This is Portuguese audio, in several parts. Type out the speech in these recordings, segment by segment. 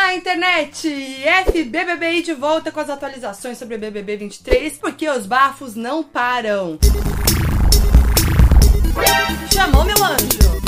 Olá, internet! FBBBI de volta com as atualizações sobre o BBB 23, porque os bafos não param. Chamou, meu anjo!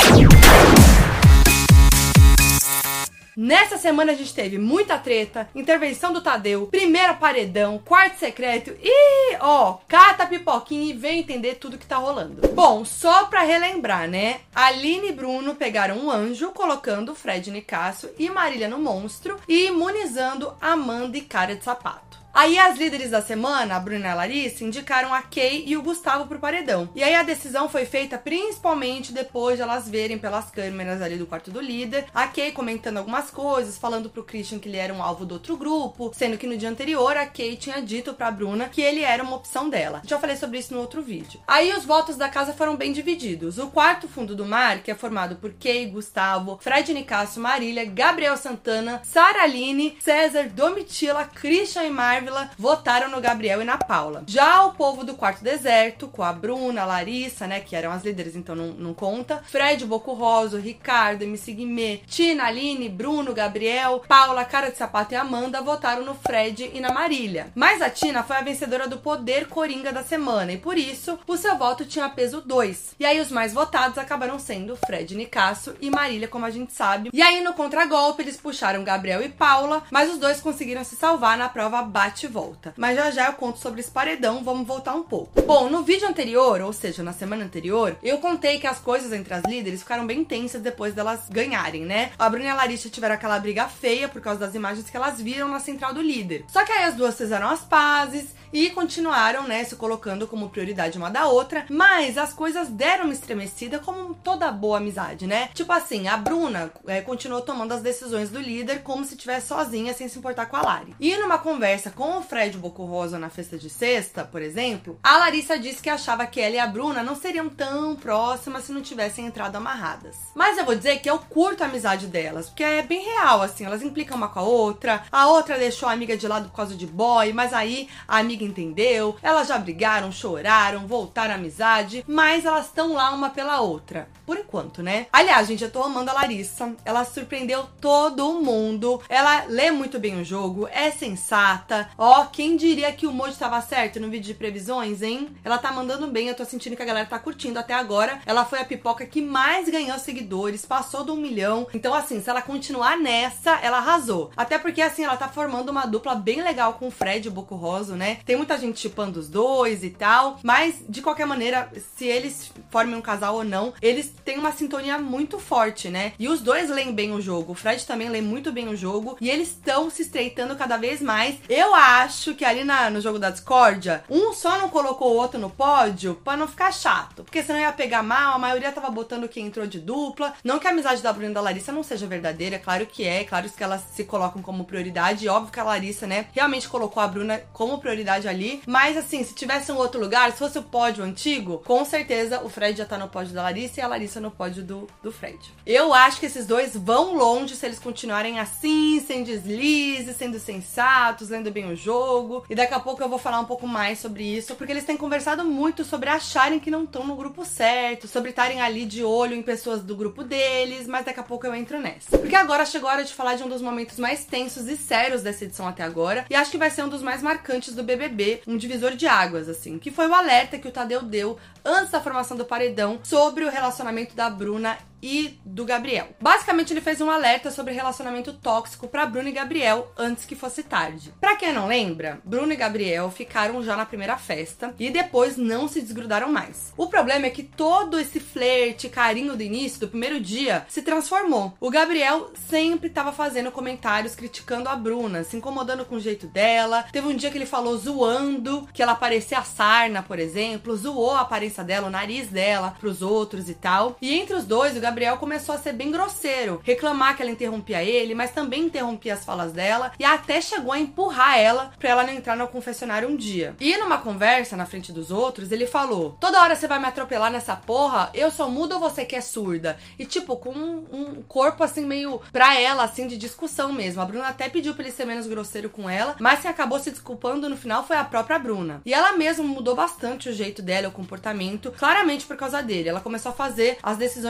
Nessa semana a gente teve muita treta, intervenção do Tadeu, primeiro paredão, quarto secreto e, cata a pipoquinha e vem entender tudo que tá rolando. Bom, só pra relembrar, né? Aline e Bruno pegaram um anjo, colocando Fred Nicásio e Marília no monstro e imunizando Amanda e Cara de Sapato. Aí as líderes da semana, a Bruna e a Larissa, indicaram a Kay e o Gustavo pro paredão. E aí a decisão foi feita principalmente depois de elas verem pelas câmeras ali do quarto do líder, a Kay comentando algumas coisas, falando pro Christian que ele era um alvo do outro grupo, sendo que no dia anterior a Kay tinha dito pra Bruna que ele era uma opção dela. Já falei sobre isso no outro vídeo. Aí os votos da casa foram bem divididos. O quarto fundo do mar, que é formado por Kay, Gustavo, Fred Nicásio, Marília, Gabriel Santana, Sara Aline, César, Domitila, Christian e Marvila votaram no Gabriel e na Paula. Já o povo do quarto deserto, com a Bruna, a Larissa, né, que eram as líderes, então não conta, Fred, Boco Rosa, Ricardo, MC Guimê, Tina, Aline, Bruno, Gabriel, Paula, Cara de Sapato e Amanda votaram no Fred e na Marília. Mas a Tina foi a vencedora do poder coringa da semana e por isso o seu voto tinha peso 2. E aí os mais votados acabaram sendo Fred Nicásio e Marília, como a gente sabe. E aí no contragolpe eles puxaram Gabriel e Paula, mas os dois conseguiram se salvar na prova bate e volta. Mas já eu conto sobre esse paredão, vamos voltar um pouco. Bom, no vídeo anterior, ou seja, na semana anterior, eu contei que as coisas entre as líderes ficaram bem tensas depois delas ganharem, né? A Bruna e a Larissa tiveram aquela briga feia por causa das imagens que elas viram na central do líder. Só que aí as duas fizeram as pazes e continuaram, né, se colocando como prioridade uma da outra, mas as coisas deram uma estremecida como toda boa amizade, né? Tipo assim, a Bruna continuou tomando as decisões do líder como se estivesse sozinha, sem se importar com a Lari. E numa conversa com o Fred Boco Rosa na festa de sexta, por exemplo, a Larissa disse que achava que ela e a Bruna não seriam tão próximas se não tivessem entrado amarradas. Mas eu vou dizer que eu curto a amizade delas, porque é bem real, assim, elas implicam uma com a outra deixou a amiga de lado por causa de boy, mas aí a amiga entendeu, elas já brigaram, choraram, voltaram à amizade, mas elas estão lá uma pela outra. Por enquanto, né? Aliás, gente, eu tô amando a Larissa. Ela surpreendeu todo mundo. Ela lê muito bem o jogo, é sensata. Quem diria que o Moji tava certo no vídeo de previsões, hein? Ela tá mandando bem, eu tô sentindo que a galera tá curtindo até agora. Ela foi a pipoca que mais ganhou seguidores, passou do 1 milhão. Então, assim, se ela continuar nessa, ela arrasou. Até porque, assim, ela tá formando uma dupla bem legal com o Fred e o Boco Rosa, né? Tem muita gente chipando os dois e tal, mas, de qualquer maneira, se eles formem um casal ou não, eles têm uma sintonia muito forte, né? E os dois leem bem o jogo. O Fred também lê muito bem o jogo e eles estão se estreitando cada vez mais. Eu acho que ali no jogo da discórdia, um só não colocou o outro no pódio pra não ficar chato, porque senão ia pegar mal, a maioria tava botando quem entrou de dupla. Não que a amizade da Bruna e da Larissa não seja verdadeira, claro que é, claro que elas se colocam como prioridade, e óbvio que a Larissa, né, realmente colocou a Bruna como prioridade ali, mas assim, se tivesse um outro lugar, se fosse o pódio antigo, com certeza o Fred já tá no pódio da Larissa e a Larissa no pódio do Fred. Eu acho que esses dois vão longe se eles continuarem assim, sem deslize, sendo sensatos, lendo bem o jogo. E daqui a pouco eu vou falar um pouco mais sobre isso, porque eles têm conversado muito sobre acharem que não estão no grupo certo, sobre estarem ali de olho em pessoas do grupo deles, mas daqui a pouco eu entro nessa. Porque agora chegou a hora de falar de um dos momentos mais tensos e sérios dessa edição até agora, e acho que vai ser um dos mais marcantes do BBB, um divisor de águas, assim, que foi o alerta que o Tadeu deu antes da formação do paredão sobre o relacionamento da Bruna e do Gabriel. Basicamente, ele fez um alerta sobre relacionamento tóxico pra Bruna e Gabriel antes que fosse tarde. Pra quem não lembra, Bruna e Gabriel ficaram já na primeira festa e depois não se desgrudaram mais. O problema é que todo esse flerte, carinho do início, do primeiro dia, se transformou. O Gabriel sempre tava fazendo comentários criticando a Bruna, se incomodando com o jeito dela. Teve um dia que ele falou zoando, que ela parecia a sarna, por exemplo, zoou a aparência dela, o nariz dela pros outros e tal. E entre os dois, o Gabriel começou a ser bem grosseiro, reclamar que ela interrompia ele, mas também interrompia as falas dela e até chegou a empurrar ela pra ela não entrar no confessionário um dia. E numa conversa na frente dos outros, ele falou: toda hora você vai me atropelar nessa porra, eu sou muda ou você que é surda? E tipo, com um corpo assim meio pra ela, assim, de discussão mesmo. A Bruna até pediu pra ele ser menos grosseiro com ela, mas quem acabou se desculpando no final foi a própria Bruna. E ela mesma mudou bastante o jeito dela, o comportamento, claramente por causa dele. Ela começou a fazer as decisões de líder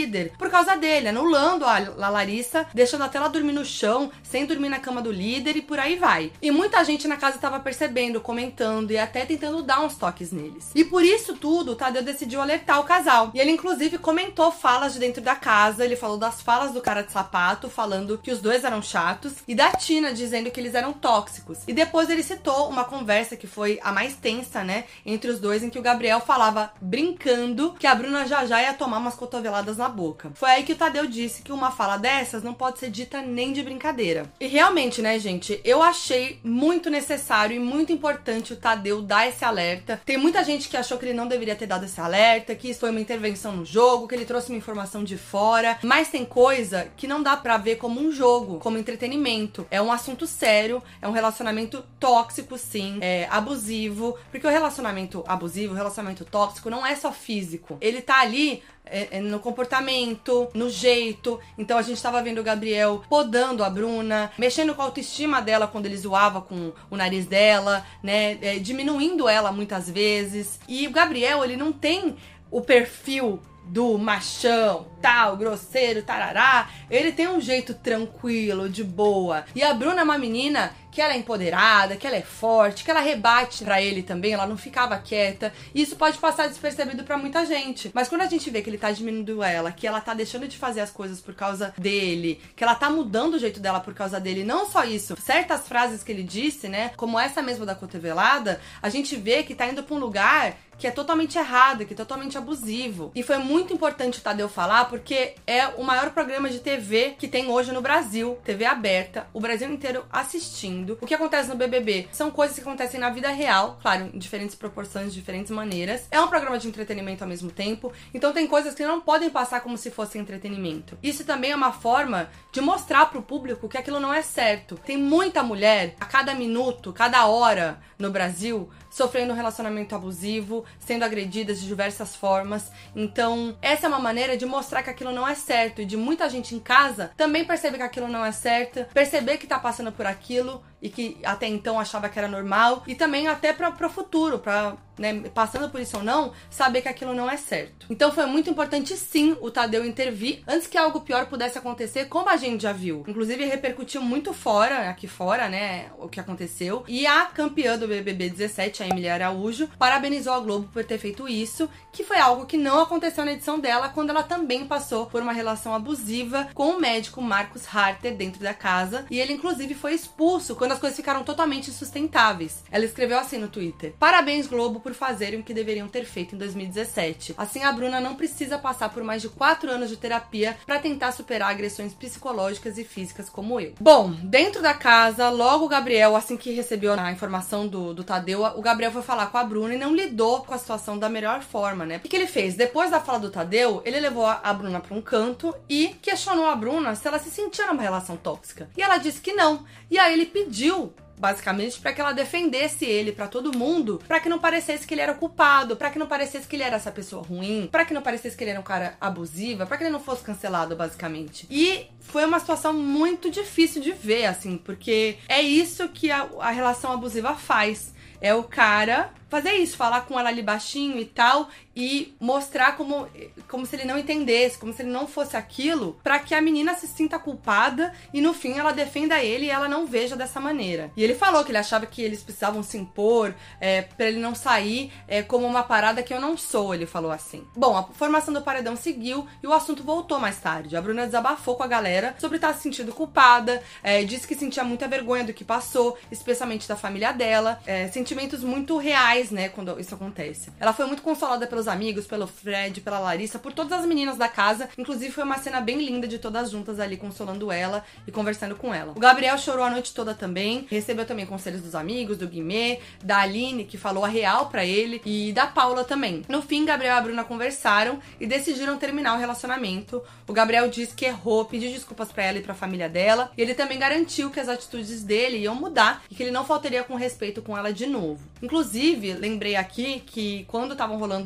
líder por causa dele, anulando a Larissa, deixando até ela dormir no chão, sem dormir na cama do líder e por aí vai. E muita gente na casa tava percebendo, comentando e até tentando dar uns toques neles. E por isso tudo, o Tadeu decidiu alertar o casal. E ele inclusive comentou falas de dentro da casa, ele falou das falas do cara de sapato, falando que os dois eram chatos, e da Tina dizendo que eles eram tóxicos. E depois ele citou uma conversa que foi a mais tensa, né, entre os dois, em que o Gabriel falava, brincando, que a Bruna já ia tomar umas cotoveladas na boca. Foi aí que o Tadeu disse que uma fala dessas não pode ser dita nem de brincadeira. E realmente, né, gente, eu achei muito necessário e muito importante o Tadeu dar esse alerta. Tem muita gente que achou que ele não deveria ter dado esse alerta, que isso foi uma intervenção no jogo, que ele trouxe uma informação de fora, mas tem coisa que não dá pra ver como um jogo, como entretenimento. É um assunto sério, é um relacionamento tóxico, sim, é abusivo, porque o relacionamento abusivo, o relacionamento tóxico não é só físico. Ele tá ali no comportamento, no jeito. Então a gente tava vendo o Gabriel podando a Bruna, mexendo com a autoestima dela quando ele zoava com o nariz dela, né, diminuindo ela muitas vezes. E o Gabriel, ele não tem o perfil do machão, tal, grosseiro, tarará. Ele tem um jeito tranquilo, de boa. E a Bruna é uma menina que ela é empoderada, que ela é forte, que ela rebate pra ele também, ela não ficava quieta. E isso pode passar despercebido pra muita gente. Mas quando a gente vê que ele tá diminuindo ela, que ela tá deixando de fazer as coisas por causa dele, que ela tá mudando o jeito dela por causa dele, não só isso, certas frases que ele disse, né, como essa mesmo da cotovelada, a gente vê que tá indo pra um lugar que é totalmente errado, que é totalmente abusivo. E foi muito importante o Tadeu falar, porque é o maior programa de TV que tem hoje no Brasil, TV aberta, o Brasil inteiro assistindo. O que acontece no BBB são coisas que acontecem na vida real, claro, em diferentes proporções, de diferentes maneiras. É um programa de entretenimento ao mesmo tempo, então tem coisas que não podem passar como se fosse entretenimento. Isso também é uma forma de mostrar pro público que aquilo não é certo. Tem muita mulher, a cada minuto, cada hora no Brasil, sofrendo um relacionamento abusivo, sendo agredidas de diversas formas. Então, essa é uma maneira de mostrar que aquilo não é certo e de muita gente em casa também perceber que aquilo não é certo, perceber que tá passando por aquilo e que até então achava que era normal, e também até pro futuro, pra, né, passando por isso ou não, saber que aquilo não é certo. Então foi muito importante sim o Tadeu intervir antes que algo pior pudesse acontecer, como a gente já viu. Inclusive repercutiu muito aqui fora, né, o que aconteceu. E a campeã do BBB 17, a Emily Araújo, parabenizou a Globo por ter feito isso, que foi algo que não aconteceu na edição dela, quando ela também passou por uma relação abusiva com o médico Marcos Harter dentro da casa, e ele inclusive foi expulso quando as coisas ficaram totalmente insustentáveis. Ela escreveu assim no Twitter: "Parabéns, Globo, por fazerem o que deveriam ter feito em 2017. Assim, a Bruna não precisa passar por mais de 4 anos de terapia pra tentar superar agressões psicológicas e físicas como eu." Bom, dentro da casa, logo o Gabriel, assim que recebeu a informação do Tadeu, o Gabriel foi falar com a Bruna e não lidou com a situação da melhor forma, né? O que ele fez? Depois da fala do Tadeu, ele levou a Bruna pra um canto e questionou a Bruna se ela se sentia numa relação tóxica. E ela disse que não. E aí ele pediu, basicamente, para que ela defendesse ele pra todo mundo, pra que não parecesse que ele era o culpado, pra que não parecesse que ele era essa pessoa ruim, pra que não parecesse que ele era um cara abusivo, pra que ele não fosse cancelado, basicamente. E foi uma situação muito difícil de ver, assim, porque é isso que a relação abusiva faz. É o cara fazer isso, falar com ela ali baixinho e tal, e mostrar como se ele não entendesse, como se ele não fosse aquilo, pra que a menina se sinta culpada e no fim ela defenda ele e ela não veja dessa maneira. E ele falou que ele achava que eles precisavam se impor, pra ele não sair como uma parada que eu não sou, ele falou assim. Bom, a formação do paredão seguiu e o assunto voltou mais tarde. A Bruna desabafou com a galera sobre estar se sentindo culpada, disse que sentia muita vergonha do que passou, especialmente da família dela, sentimentos muito reais, né, quando isso acontece. Ela foi muito consolada pelos amigos, pelo Fred, pela Larissa, por todas as meninas da casa. Inclusive foi uma cena bem linda de todas juntas ali consolando ela e conversando com ela. O Gabriel chorou a noite toda também, recebeu também conselhos dos amigos, do Guimê, da Aline, que falou a real pra ele, e da Paula também. No fim, Gabriel e a Bruna conversaram e decidiram terminar o relacionamento. O Gabriel disse que errou, pediu desculpas pra ela e pra família dela, e ele também garantiu que as atitudes dele iam mudar e que ele não faltaria com respeito com ela de novo. Inclusive, lembrei aqui que quando estavam rolando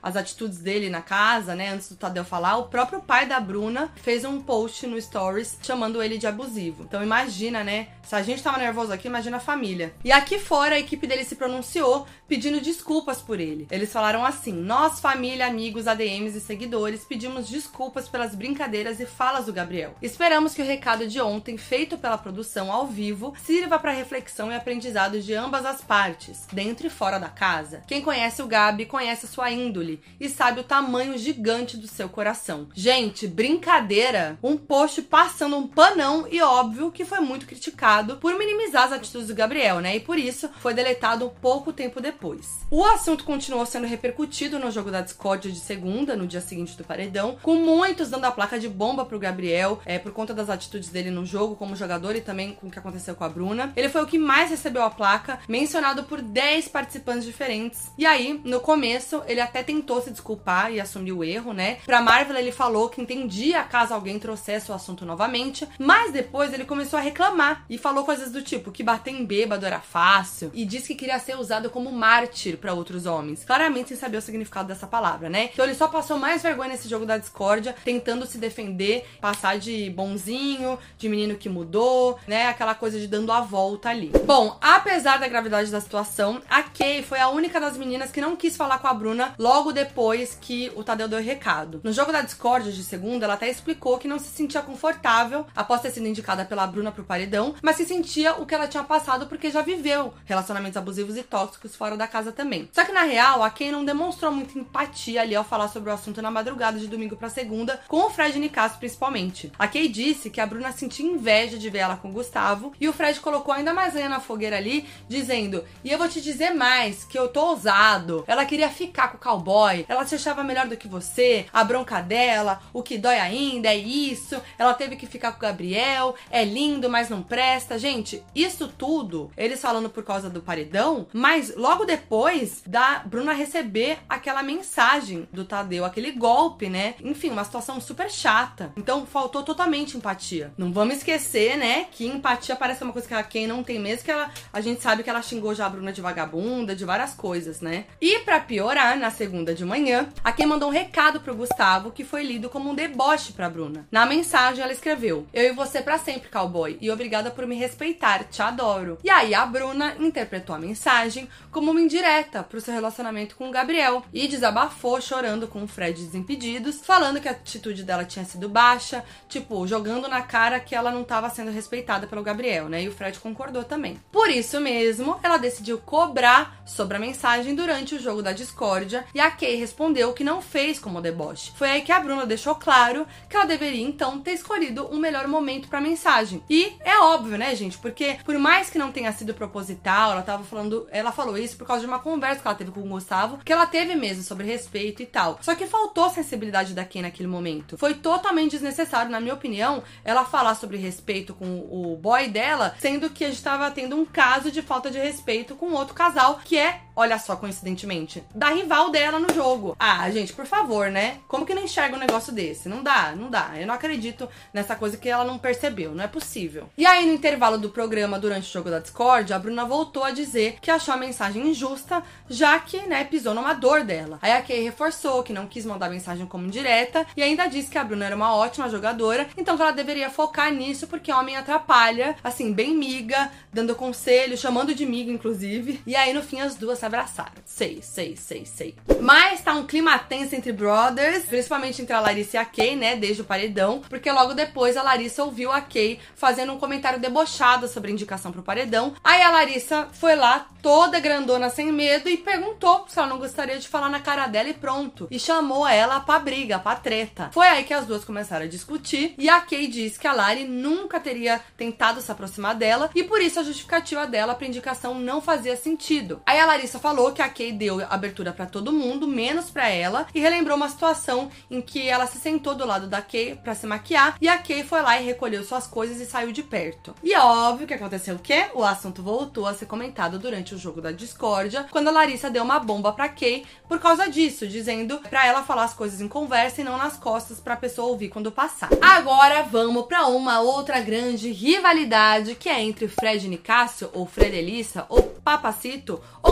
as atitudes dele na casa, né, antes do Tadeu falar, o próprio pai da Bruna fez um post no Stories chamando ele de abusivo. Então imagina, né, se a gente tava nervoso aqui, imagina a família. E aqui fora, a equipe dele se pronunciou pedindo desculpas por ele. Eles falaram assim: nós, família, amigos, ADMs e seguidores, pedimos desculpas pelas brincadeiras e falas do Gabriel. Esperamos que o recado de ontem, feito pela produção ao vivo, sirva para reflexão e aprendizado de ambas as partes, dentro e fora da casa. Quem conhece o Gabi conhece sua índole e sabe o tamanho gigante do seu coração. Gente, brincadeira! Um post passando um panão e óbvio que foi muito criticado por minimizar as atitudes do Gabriel, né? E por isso foi deletado pouco tempo depois. O assunto continuou sendo repercutido no jogo da Discord de segunda, no dia seguinte do paredão, com muitos dando a placa de bomba pro Gabriel, por conta das atitudes dele no jogo como jogador e também com o que aconteceu com a Bruna. Ele foi o que mais recebeu a placa, mencionado por 10 participantes diferentes. E aí, no começo, ele até tentou se desculpar e assumir o erro, né? Pra Marvel, ele falou que entendia caso alguém trouxesse o assunto novamente, mas depois ele começou a reclamar e falou coisas do tipo que bater em bêbado era fácil e disse que queria ser usado como mártir pra outros homens, claramente sem saber o significado dessa palavra, né? Então ele só passou mais vergonha nesse jogo da discórdia, tentando se defender, passar de bonzinho, de menino que mudou, né? Aquela coisa de dando a volta ali. Bom, apesar da gravidade da situação, a Kay foi a única das meninas que não quis falar com a Bruna logo depois que o Tadeu deu o recado. No jogo da discórdia de segunda, ela até explicou que não se sentia confortável após ter sido indicada pela Bruna pro paredão, mas se sentia o que ela tinha passado porque já viveu relacionamentos abusivos e tóxicos fora da casa também. Só que na real, a Kay não demonstrou muita empatia ali ao falar sobre o assunto na madrugada de domingo pra segunda, com o Fred Nicastro principalmente. A Kay disse que a Bruna sentia inveja de ver ela com o Gustavo e o Fred colocou ainda mais lenha na fogueira ali, dizendo: e eu vou te dizer mais, que eu tô ousado. Ela queria ficar com o cowboy, ela se achava melhor do que você, a bronca dela, o que dói ainda é isso, ela teve que ficar com o Gabriel, é lindo, mas não presta. Gente, isso tudo, eles falando por causa do paredão, mas logo depois da Bruna receber aquela mensagem do Tadeu, aquele golpe, né? Enfim, uma situação super chata. Então, faltou totalmente empatia. Não vamos esquecer, né, que empatia parece uma coisa que a Kay não tem mesmo, que a gente sabe que ela xingou já a Bruna de vagabunda, de várias coisas, né? E pra piorar, na segunda de manhã, a Kay mandou um recado pro Gustavo que foi lido como um deboche pra Bruna. Na mensagem, ela escreveu: eu e você pra sempre, cowboy, e obrigada por me respeitar, te adoro. E aí a Bruna interpretou a mensagem como uma indireta pro seu relacionamento com o Gabriel e desabafou chorando com o Fred Desimpedidos, falando que a atitude dela tinha sido baixa, tipo, jogando na cara que ela não estava sendo respeitada pelo Gabriel, né? E o Fred concordou também. Por isso mesmo, ela decidiu cobrar sobre a mensagem durante o jogo da discórdia e a Kay respondeu que não fez como deboche. Foi aí que a Bruna deixou claro que ela deveria então ter escolhido um melhor momento pra mensagem. E é óbvio, né, gente? Porque por mais que não tenha sido proposital, ela falou isso por causa de uma conversa que ela teve com o Gustavo, que ela teve mesmo sobre respeito e tal. Só que faltou sensibilidade da Kay naquele momento. Foi totalmente desnecessário, na minha opinião, ela falar sobre respeito com o boy dela, sendo que a gente tava tendo um caso de falta de respeito com outro casal, que é, olha só, coincidentemente, da rival dela no jogo. Ah, gente, por favor, né? Como que não enxerga um negócio desse? Não dá, não dá. Eu não acredito nessa coisa que ela não percebeu, não é possível. E aí, no intervalo do programa, durante o jogo da Discord, a Bruna voltou a dizer que achou a mensagem injusta, já que, né, pisou numa dor dela. Aí a Kay reforçou que não quis mandar mensagem como indireta e ainda disse que a Bruna era uma ótima jogadora, então que ela deveria focar nisso porque homem atrapalha, assim, bem miga, dando conselho, chamando de miga, inclusive. E aí, no fim, as duas se abraçaram. Sei. Mas tá um clima tenso entre brothers, principalmente entre a Larissa e a Kay, né, desde o paredão, porque logo depois a Larissa ouviu a Kay fazendo um comentário debochado sobre a indicação pro paredão. Aí a Larissa foi lá, toda grandona, sem medo, e perguntou se ela não gostaria de falar na cara dela e pronto. E chamou ela pra briga, pra treta. Foi aí que as duas começaram a discutir e a Kay disse que a Lari nunca teria tentado se aproximar dela e por isso a justificativa dela pra indicação não fazia sentido. Aí a Larissa falou que a Kay deu abertura pra todo mundo, menos pra ela, e relembrou uma situação em que ela se sentou do lado da Kay pra se maquiar e a Kay foi lá e recolheu suas coisas e saiu de perto. E óbvio que aconteceu o quê? O assunto voltou a ser comentado durante o jogo da discórdia, quando a Larissa deu uma bomba pra Kay por causa disso, dizendo pra ela falar as coisas em conversa e não nas costas pra pessoa ouvir quando passar. Agora vamos pra uma outra grande rivalidade que é entre Fred Nicásio, ou Fredelissa, ou Papacito, ou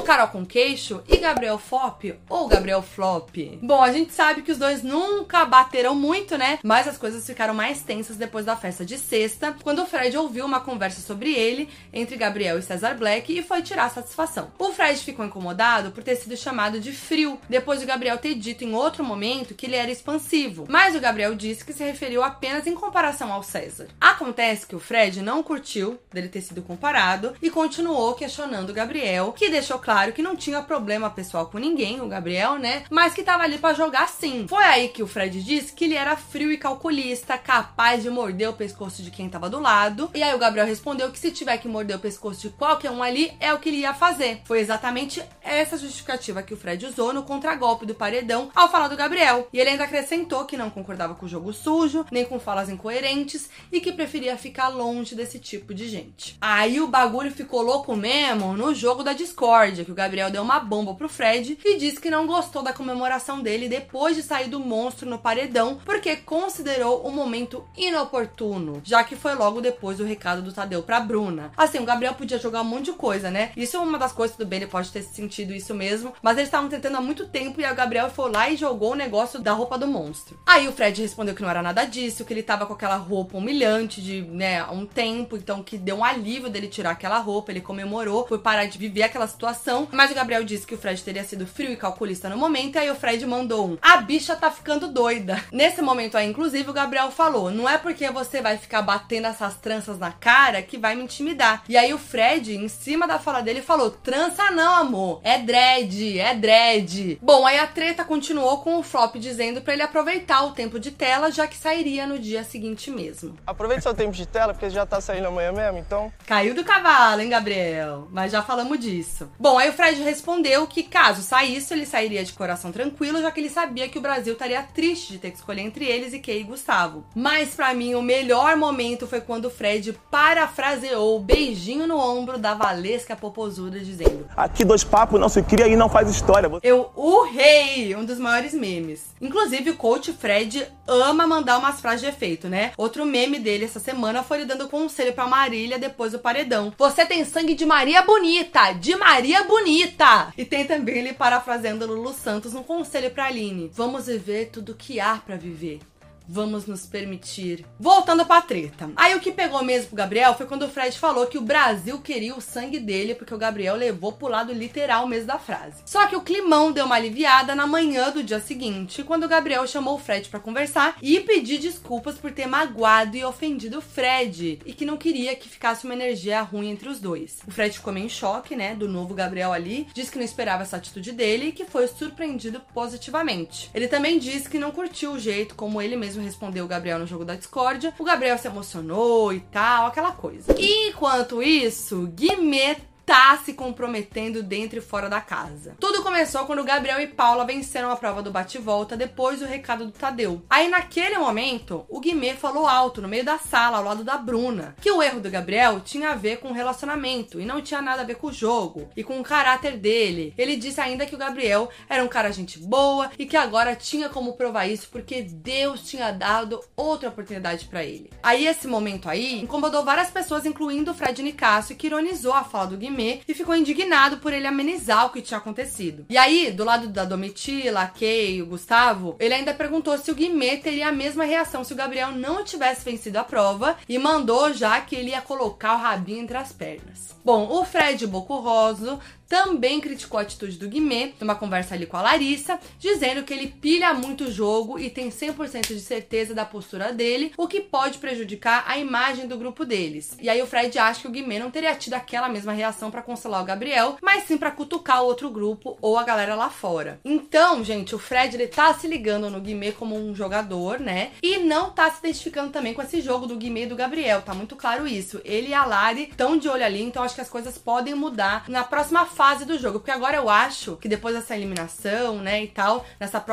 Carol com queixo e Gabriel Flop ou Gabriel Flop? Bom, a gente sabe que os dois nunca bateram muito, né? Mas as coisas ficaram mais tensas depois da festa de sexta, quando o Fred ouviu uma conversa sobre ele entre Gabriel e Cesar Black e foi tirar satisfação. O Fred ficou incomodado por ter sido chamado de frio, depois de Gabriel ter dito em outro momento que ele era expansivo, mas o Gabriel disse que se referiu apenas em comparação ao Cesar. Acontece que o Fred não curtiu dele ter sido comparado e continuou questionando o Gabriel, que deixou claro que não tinha problema pessoal com ninguém, o Gabriel, né, mas que tava ali pra jogar sim. Foi aí que o Fred disse que ele era frio e calculista, capaz de morder o pescoço de quem tava do lado, e aí o Gabriel respondeu que se tiver que morder o pescoço de qualquer um ali, é o que ele ia fazer. Foi exatamente essa justificativa que o Fred usou no contragolpe do paredão ao falar do Gabriel. E ele ainda acrescentou que não concordava com o jogo sujo, nem com falas incoerentes e que preferia ficar longe desse tipo de gente. Aí o bagulho ficou louco mesmo no jogo da discórdia, que o Gabriel deu uma bomba pro Fred e disse que não gostou da comemoração dele depois de sair do monstro no paredão, porque considerou o momento inoportuno, já que foi logo depois do recado do Tadeu pra Bruna. Assim, o Gabriel podia jogar um monte de coisa, né? Isso é uma das coisas, tudo bem, ele pode ter sentido isso mesmo, mas eles estavam tentando há muito tempo e aí o Gabriel foi lá e jogou o negócio da roupa do monstro. Aí o Fred respondeu que não era nada disso, que ele tava com aquela roupa humilhante de, né, um tempo, então que deu um alívio dele tirar aquela roupa, ele comemorou, foi parar de viver aquela situação, mas o Gabriel disse que o Fred teria sido frio e calculista no momento, e aí o Fred mandou um: a bicha tá ficando doida. Nesse momento aí, inclusive, o Gabriel falou: não é porque você vai ficar batendo essas tranças na cara que vai me intimidar. E aí o Fred, em cima da fala dele, falou: trança não, amor, é dread, é dread. Bom, aí a treta continuou com o Flop dizendo pra ele aproveitar o tempo de tela, já que sairia no dia seguinte mesmo. Aproveite seu tempo de tela, porque já tá saindo amanhã mesmo, então... Caiu do cavalo, hein, Gabriel? Mas já falamos disso. Bom, aí o Fred respondeu que caso saísse, ele sairia de coração tranquilo, já que ele sabia que o Brasil estaria triste de ter que escolher entre eles e Kay e Gustavo. Mas pra mim, o melhor momento foi quando o Fred parafraseou o beijinho no ombro da Valesca Popozuda, dizendo: aqui dois papos não se cria e não faz história. Eu urrei! Um dos maiores memes. Inclusive, o coach Fred ama mandar umas frases de efeito, né? Outro meme dele essa semana foi ele dando conselho pra Marília depois do paredão. Você tem sangue de Maria Bonita! De Maria Bonita! E tem também ele parafraseando Lulu Santos no conselho pra Aline: vamos viver tudo que há pra viver. Vamos nos permitir. Voltando pra treta. Aí o que pegou mesmo pro Gabriel foi quando o Fred falou que o Brasil queria o sangue dele, porque o Gabriel levou pro lado literal mesmo da frase. Só que o climão deu uma aliviada na manhã do dia seguinte, quando o Gabriel chamou o Fred pra conversar e pedir desculpas por ter magoado e ofendido o Fred, e que não queria que ficasse uma energia ruim entre os dois. O Fred ficou meio em choque, né, do novo Gabriel ali, disse que não esperava essa atitude dele e que foi surpreendido positivamente. Ele também disse que não curtiu o jeito como ele mesmo respondeu o Gabriel no jogo da discórdia. O Gabriel se emocionou e tal, aquela coisa. E, enquanto isso, Guimê tá se comprometendo dentro e fora da casa. Tudo começou quando Gabriel e Paula venceram a prova do bate-volta depois do recado do Tadeu. Aí naquele momento, o Guimê falou alto no meio da sala, ao lado da Bruna, que o erro do Gabriel tinha a ver com o relacionamento e não tinha nada a ver com o jogo e com o caráter dele. Ele disse ainda que o Gabriel era um cara gente boa e que agora tinha como provar isso porque Deus tinha dado outra oportunidade pra ele. Aí esse momento aí incomodou várias pessoas, incluindo o Fred Nicásio, que ironizou a fala do Guimê e ficou indignado por ele amenizar o que tinha acontecido. E aí, do lado da Domitila, a Kay e o Gustavo, ele ainda perguntou se o Guimê teria a mesma reação se o Gabriel não tivesse vencido a prova e mandou já que ele ia colocar o rabinho entre as pernas. Bom, o Fred Bocurroso também criticou a atitude do Guimê numa conversa ali com a Larissa, dizendo que ele pilha muito o jogo e tem 100% de certeza da postura dele, o que pode prejudicar a imagem do grupo deles. E aí o Fred acha que o Guimê não teria tido aquela mesma reação pra consolar o Gabriel, mas sim pra cutucar o outro grupo ou a galera lá fora. Então, gente, o Fred, ele tá se ligando no Guimê como um jogador, né? E não tá se identificando também com esse jogo do Guimê e do Gabriel, tá muito claro isso. Ele e a Lari estão de olho ali, então acho que as coisas podem mudar na próxima fase do jogo, porque agora eu acho que depois dessa eliminação, né, e tal,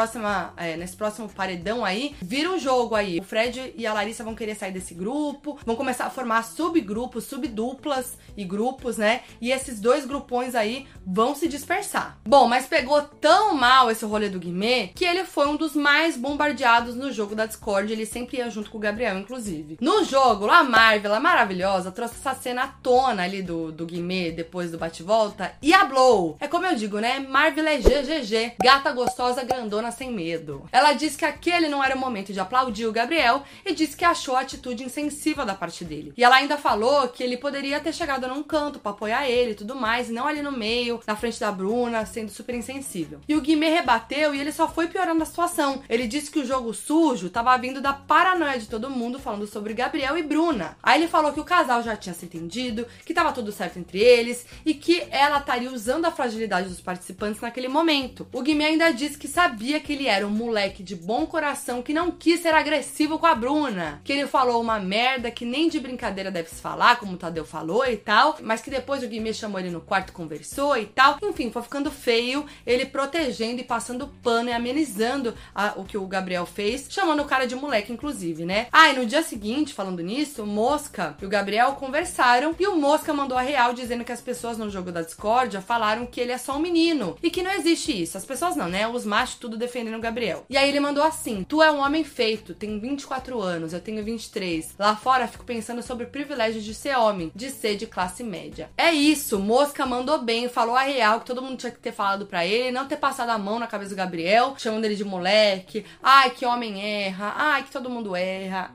nesse próximo paredão aí, vira um jogo aí. O Fred e a Larissa vão querer sair desse grupo, vão começar a formar subgrupos, subduplas e grupos, né, e esses dois grupões aí vão se dispersar. Bom, mas pegou tão mal esse rolê do Guimê que ele foi um dos mais bombardeados no jogo da Discord, ele sempre ia junto com o Gabriel, inclusive. No jogo, a Marvel, a maravilhosa, trouxe essa cena à tona ali do Guimê depois do bate-volta e E a Blow, é como eu digo, né? Marvel é GGG, gata gostosa, grandona, sem medo. Ela disse que aquele não era o momento de aplaudir o Gabriel e disse que achou a atitude insensível da parte dele. E ela ainda falou que ele poderia ter chegado num canto pra apoiar ele e tudo mais, e não ali no meio, na frente da Bruna, sendo super insensível. E o Guimê rebateu e ele só foi piorando a situação. Ele disse que o jogo sujo tava vindo da paranoia de todo mundo falando sobre Gabriel e Bruna. Aí ele falou que o casal já tinha se entendido, que tava tudo certo entre eles e que ela estaria usando a fragilidade dos participantes naquele momento. O Guimê ainda disse que sabia que ele era um moleque de bom coração que não quis ser agressivo com a Bruna, que ele falou uma merda que nem de brincadeira deve se falar, como o Tadeu falou e tal, mas que depois o Guimê chamou ele no quarto, conversou e tal. Enfim, foi ficando feio, ele protegendo e passando pano e amenizando o que o Gabriel fez, chamando o cara de moleque, inclusive, né? Ah, e no dia seguinte, falando nisso, o Mosca e o Gabriel conversaram e o Mosca mandou a real dizendo que as pessoas no jogo da discórdia falaram que ele é só um menino e que não existe isso. As pessoas não, né? Os machos tudo defendendo o Gabriel. E aí ele mandou assim: tu é um homem feito, tenho 24 anos, eu tenho 23. Lá fora fico pensando sobre o privilégio de ser homem, de ser de classe média. É isso, Mosca mandou bem, falou a real que todo mundo tinha que ter falado pra ele, não ter passado a mão na cabeça do Gabriel, chamando ele de moleque. Ai, que homem erra. Ai, que todo mundo erra.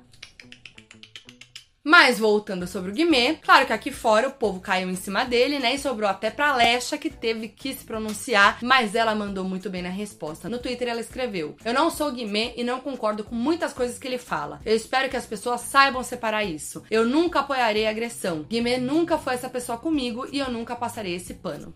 Mas voltando sobre o Guimê, claro que aqui fora o povo caiu em cima dele, né? E sobrou até pra Lesha, que teve que se pronunciar, mas ela mandou muito bem na resposta. No Twitter ela escreveu: eu não sou o Guimê e não concordo com muitas coisas que ele fala. Eu espero que as pessoas saibam separar isso. Eu nunca apoiarei a agressão. Guimê nunca foi essa pessoa comigo e eu nunca passarei esse pano.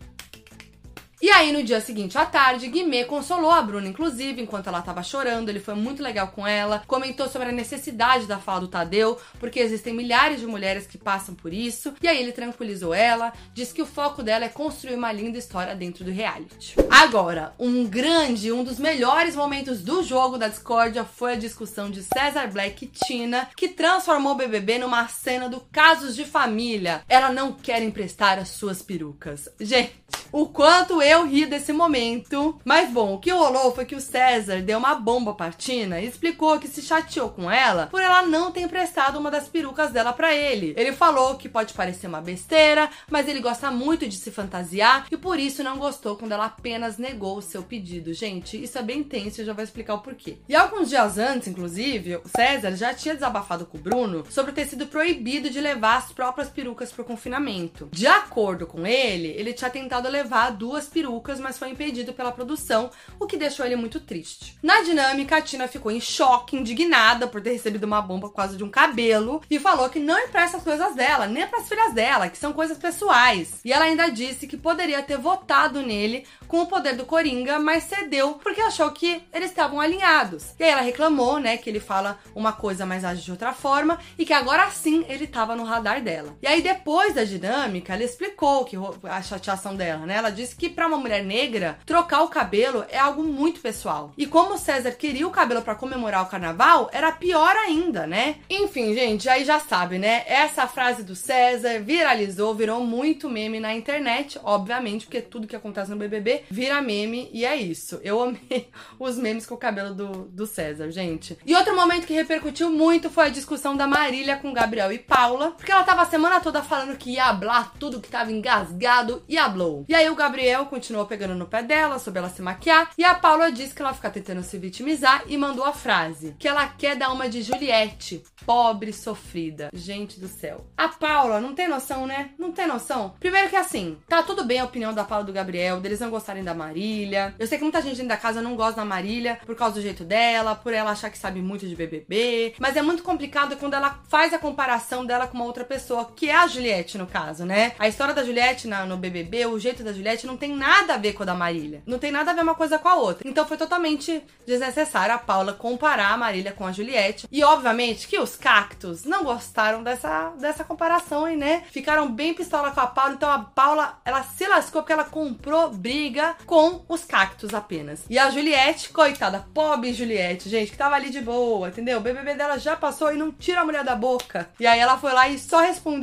E aí, no dia seguinte à tarde, Guimê consolou a Bruna, inclusive, enquanto ela tava chorando. Ele foi muito legal com ela, comentou sobre a necessidade da fala do Tadeu, porque existem milhares de mulheres que passam por isso. E aí ele tranquilizou ela, disse que o foco dela é construir uma linda história dentro do reality. Agora, um dos melhores momentos do jogo da discórdia foi a discussão de César Black e Tina, que transformou o BBB numa cena do Casos de Família. Ela não quer emprestar as suas perucas. Gente, o quanto eu ri desse momento. Mas bom, o que rolou foi que o César deu uma bomba pra Tina e explicou que se chateou com ela por ela não ter emprestado uma das perucas dela pra ele. Ele falou que pode parecer uma besteira, mas ele gosta muito de se fantasiar e por isso não gostou quando ela apenas negou o seu pedido. Gente, isso é bem tenso e eu já vou explicar o porquê. E alguns dias antes, inclusive, o César já tinha desabafado com o Bruno sobre ter sido proibido de levar as próprias perucas pro confinamento. De acordo com ele, ele tinha tentado levar 2 perucas, mas foi impedido pela produção, o que deixou ele muito triste. Na dinâmica, a Tina ficou em choque, indignada por ter recebido uma bomba por causa de um cabelo e falou que não empresta as coisas dela, nem pras filhas dela, que são coisas pessoais. E ela ainda disse que poderia ter votado nele com o poder do Coringa, mas cedeu porque achou que eles estavam alinhados. E aí ela reclamou, né, que ele fala uma coisa, mas age de outra forma e que agora sim ele tava no radar dela. E aí depois da dinâmica, ela explicou que a chateação dela, né? Ela disse que pra uma mulher negra, trocar o cabelo é algo muito pessoal. E como o César queria o cabelo pra comemorar o carnaval, era pior ainda, né? Enfim, gente, aí já sabe, né? Essa frase do César viralizou, virou muito meme na internet, obviamente, porque tudo que acontece no BBB vira meme e é isso. Eu amei os memes com o cabelo do César, gente. E outro momento que repercutiu muito foi a discussão da Marília com Gabriel e Paula, porque ela tava a semana toda falando que ia hablar tudo que tava engasgado e hablou. E aí o Gabriel continuou pegando no pé dela sobre ela se maquiar e a Paula disse que ela fica tentando se vitimizar e mandou a frase que ela quer dar uma de Juliette, pobre sofrida. Gente do céu. A Paula não tem noção, né? Não tem noção. Primeiro que assim, tá tudo bem a opinião da Paula e do Gabriel, deles não gostarem da Marília. Eu sei que muita gente dentro da casa não gosta da Marília por causa do jeito dela, por ela achar que sabe muito de BBB, mas é muito complicado quando ela faz a comparação dela com uma outra pessoa, que é a Juliette no caso, né? A história da Juliette no BBB, o jeito da Juliette não tem nada a ver com a da Marília. Não tem nada a ver uma coisa com a outra. Então foi totalmente desnecessário a Paula comparar a Marília com a Juliette. E obviamente que os cactos não gostaram dessa comparação aí, né? Ficaram bem pistola com a Paula. Então a Paula, ela se lascou porque ela comprou briga com os cactos apenas. E a Juliette, coitada, pobre Juliette, gente, que tava ali de boa, entendeu? O BBB dela já passou e não tira a mulher da boca. E aí ela foi lá e só respondeu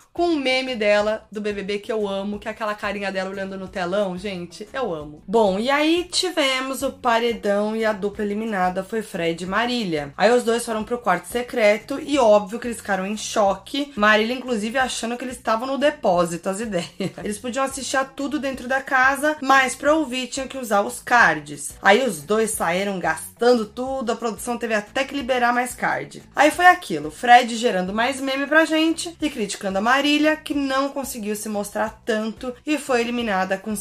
com um meme dela do BBB que eu amo, que é aquela carinha dela olhando no telão, gente, eu amo. Bom, e aí tivemos o paredão e a dupla eliminada foi Fred e Marília. Aí os dois foram pro quarto secreto e óbvio que eles ficaram em choque. Marília, inclusive, achando que eles estavam no depósito, as ideias. Eles podiam assistir a tudo dentro da casa, mas pra ouvir tinha que usar os cards. Aí os dois saíram gastando tudo, a produção teve até que liberar mais card. Aí foi aquilo, Fred gerando mais meme pra gente e criticando a Marília, que não conseguiu se mostrar tanto e foi eliminada com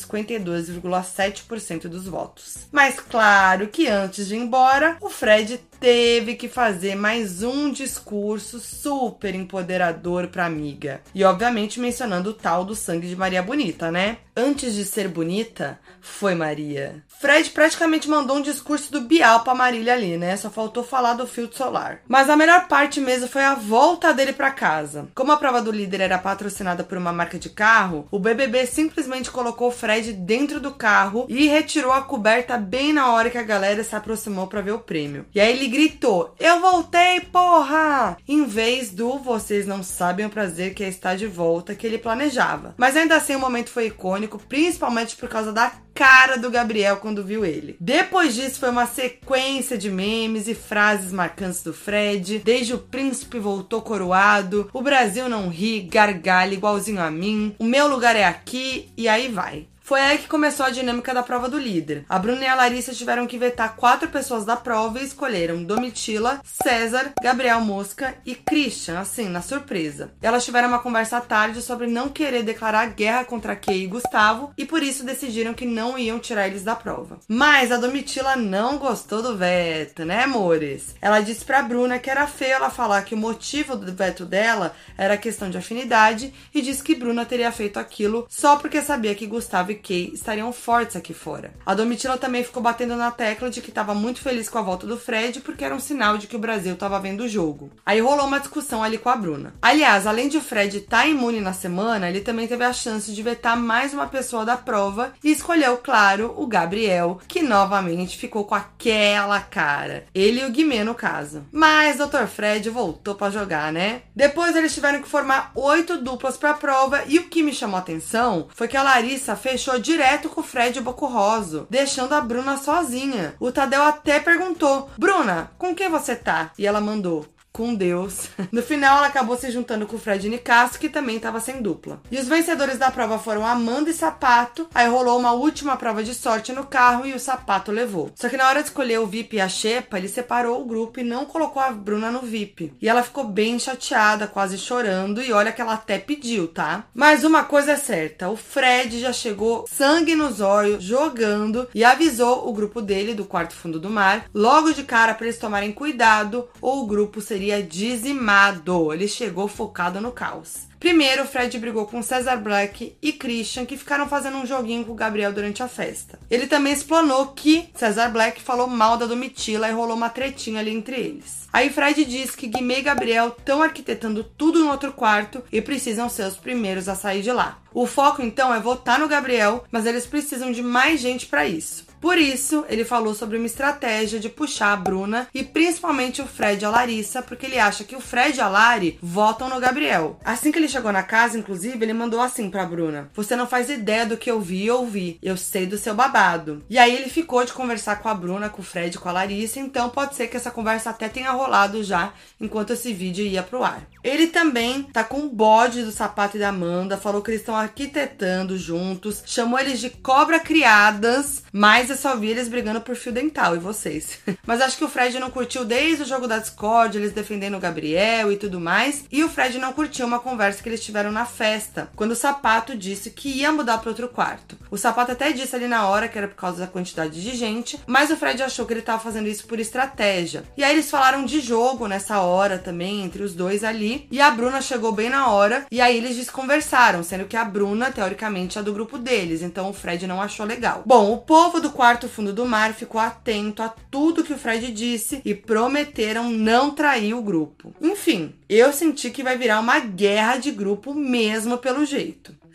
52,7% dos votos. Mas claro que antes de ir embora, o Fred teve que fazer mais um discurso super empoderador pra amiga. E obviamente mencionando o tal do sangue de Maria Bonita, né? Antes de ser bonita, foi Maria. Fred praticamente mandou um discurso do Bial pra Marília ali, né? Só faltou falar do filtro solar. Mas a melhor parte mesmo foi a volta dele pra casa. Como a prova do líder era patrocinada por uma marca de carro, o BBB simplesmente colocou o Fred dentro do carro e retirou a coberta bem na hora que a galera se aproximou pra ver o prêmio. E aí ele gritou, eu voltei, porra! Em vez do vocês não sabem o prazer que é estar de volta que ele planejava. Mas ainda assim o momento foi icônico, principalmente por causa da cara do Gabriel quando viu ele. Depois disso foi uma sequência de memes e frases marcantes do Fred, desde o príncipe voltou coroado, o Brasil não ri, gargalha igualzinho a mim, o meu lugar é aqui, e aí vai. Foi aí que começou a dinâmica da prova do líder. A Bruna e a Larissa tiveram que vetar 4 pessoas da prova e escolheram Domitila, César, Gabriel Mosca e Christian, assim, na surpresa. Elas tiveram uma conversa à tarde sobre não querer declarar guerra contra Kay e Gustavo e por isso decidiram que não iam tirar eles da prova. Mas a Domitila não gostou do veto, né, amores? Ela disse pra Bruna que era feio ela falar que o motivo do veto dela era questão de afinidade e disse que Bruna teria feito aquilo só porque sabia que Gustavo e Kay estariam fortes aqui fora. A Domitila também ficou batendo na tecla de que estava muito feliz com a volta do Fred porque era um sinal de que o Brasil estava vendo o jogo. Aí rolou uma discussão ali com a Bruna. Aliás, além de o Fred estar imune na semana, ele também teve a chance de vetar mais uma pessoa da prova e escolheu, claro, o Gabriel, que novamente ficou com aquela cara. Ele e o Guimê, no caso. Mas Dr. Fred voltou pra jogar, né? Depois eles tiveram que formar 8 duplas pra prova e o que me chamou a atenção foi que a Larissa fechou direto com o Fred Bocurroso, deixando a Bruna sozinha. O Tadeu até perguntou, Bruna, com quem você tá? E ela mandou, com Deus. No final, ela acabou se juntando com o Fred Nicasso, que também estava sem dupla. E os vencedores da prova foram Amanda e Sapato. Aí rolou uma última prova de sorte no carro e o Sapato levou. Só que na hora de escolher o VIP e a Xepa, ele separou o grupo e não colocou a Bruna no VIP. E ela ficou bem chateada, quase chorando. E olha que ela até pediu, tá? Mas uma coisa é certa, o Fred já chegou sangue nos olhos, jogando, e avisou o grupo dele, do quarto fundo do mar, logo de cara para eles tomarem cuidado ou o grupo seria dizimado. Ele chegou focado no caos. Primeiro, o Fred brigou com César Black e Christian, que ficaram fazendo um joguinho com o Gabriel durante a festa. Ele também explanou que César Black falou mal da Domitila e rolou uma tretinha ali entre eles. Aí Fred diz que Guimê e Gabriel estão arquitetando tudo no outro quarto e precisam ser os primeiros a sair de lá. O foco, então, é votar no Gabriel, mas eles precisam de mais gente para isso. Por isso, ele falou sobre uma estratégia de puxar a Bruna e principalmente o Fred e a Larissa, porque ele acha que o Fred e a Lari votam no Gabriel. Assim que ele chegou na casa, inclusive, ele mandou assim pra Bruna, você não faz ideia do que eu vi e ouvi, eu sei do seu babado. E aí ele ficou de conversar com a Bruna, com o Fred e com a Larissa, então pode ser que essa conversa até tenha rolado já, enquanto esse vídeo ia pro ar. Ele também tá com o bode do Sapato e da Amanda, falou que eles estão arquitetando juntos, chamou eles de cobra criadas, mas eu só vi eles brigando por fio dental, e vocês? Mas acho que o Fred não curtiu desde o jogo da Discord, eles defendendo o Gabriel e tudo mais, e o Fred não curtiu uma conversa que eles tiveram na festa, quando o Sapato disse que ia mudar para outro quarto. O Sapato até disse ali na hora que era por causa da quantidade de gente, mas o Fred achou que ele tava fazendo isso por estratégia. E aí eles falaram de jogo nessa hora também, entre os dois ali, e a Bruna chegou bem na hora, e aí eles desconversaram, sendo que a Bruna, teoricamente, é do grupo deles, então o Fred não achou legal. Bom, o povo do quarto fundo do mar ficou atento a tudo que o Fred disse e prometeram não trair o grupo. Enfim, eu senti que vai virar uma guerra de grupo mesmo pelo jeito.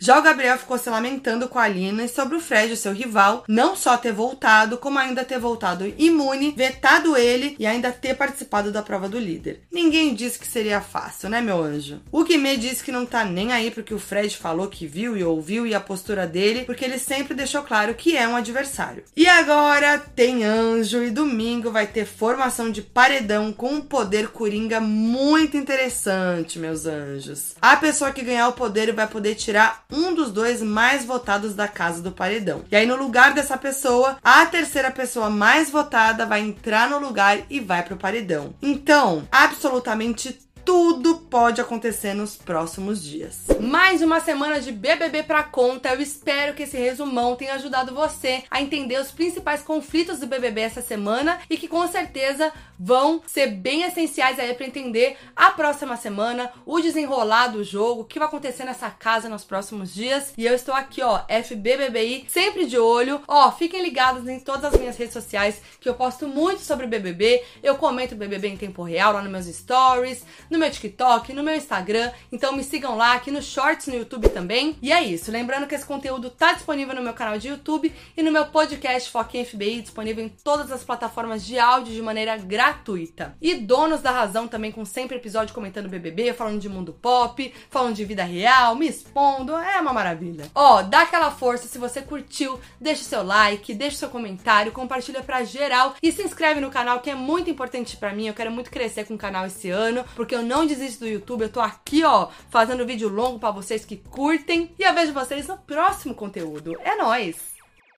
Já o Gabriel ficou se lamentando com a Alina sobre o Fred, seu rival, não só ter voltado, como ainda ter voltado imune, vetado ele e ainda ter participado da prova do líder. Ninguém disse que seria fácil, né, meu anjo? O Guimê disse que não tá nem aí porque o Fred falou que viu e ouviu e a postura dele, porque ele sempre deixou claro que é um adversário. E agora tem anjo e domingo vai ter formação de paredão com um poder coringa muito interessante, meus anjos. A pessoa que ganhar o poder vai poder tirar um dos dois mais votados da casa do paredão. E aí no lugar dessa pessoa, a terceira pessoa mais votada vai entrar no lugar e vai pro paredão. Então, absolutamente tudo pode acontecer nos próximos dias. Mais uma semana de BBB pra conta. Eu espero que esse resumão tenha ajudado você a entender os principais conflitos do BBB essa semana e que com certeza vão ser bem essenciais aí pra entender a próxima semana, o desenrolar do jogo, o que vai acontecer nessa casa nos próximos dias. E eu estou aqui, ó, FBBBI, sempre de olho. Ó, fiquem ligados em todas as minhas redes sociais que eu posto muito sobre BBB. Eu comento BBB em tempo real lá nos meus stories, no meu TikTok, no meu Instagram, então me sigam lá, aqui nos Shorts no YouTube também. E é isso, lembrando que esse conteúdo tá disponível no meu canal de YouTube e no meu podcast Foquinha FBI, disponível em todas as plataformas de áudio de maneira gratuita. E Donos da Razão também, com sempre episódio comentando BBB, falando de mundo pop, falando de vida real, me expondo, é uma maravilha. Ó, dá aquela força, se você curtiu, deixa o seu like, deixa o seu comentário, compartilha pra geral e se inscreve no canal, que é muito importante pra mim. Eu quero muito crescer com o canal esse ano, porque eu não desisto do YouTube, eu tô aqui, ó, fazendo vídeo longo pra vocês que curtem. E eu vejo vocês no próximo conteúdo. É nóis!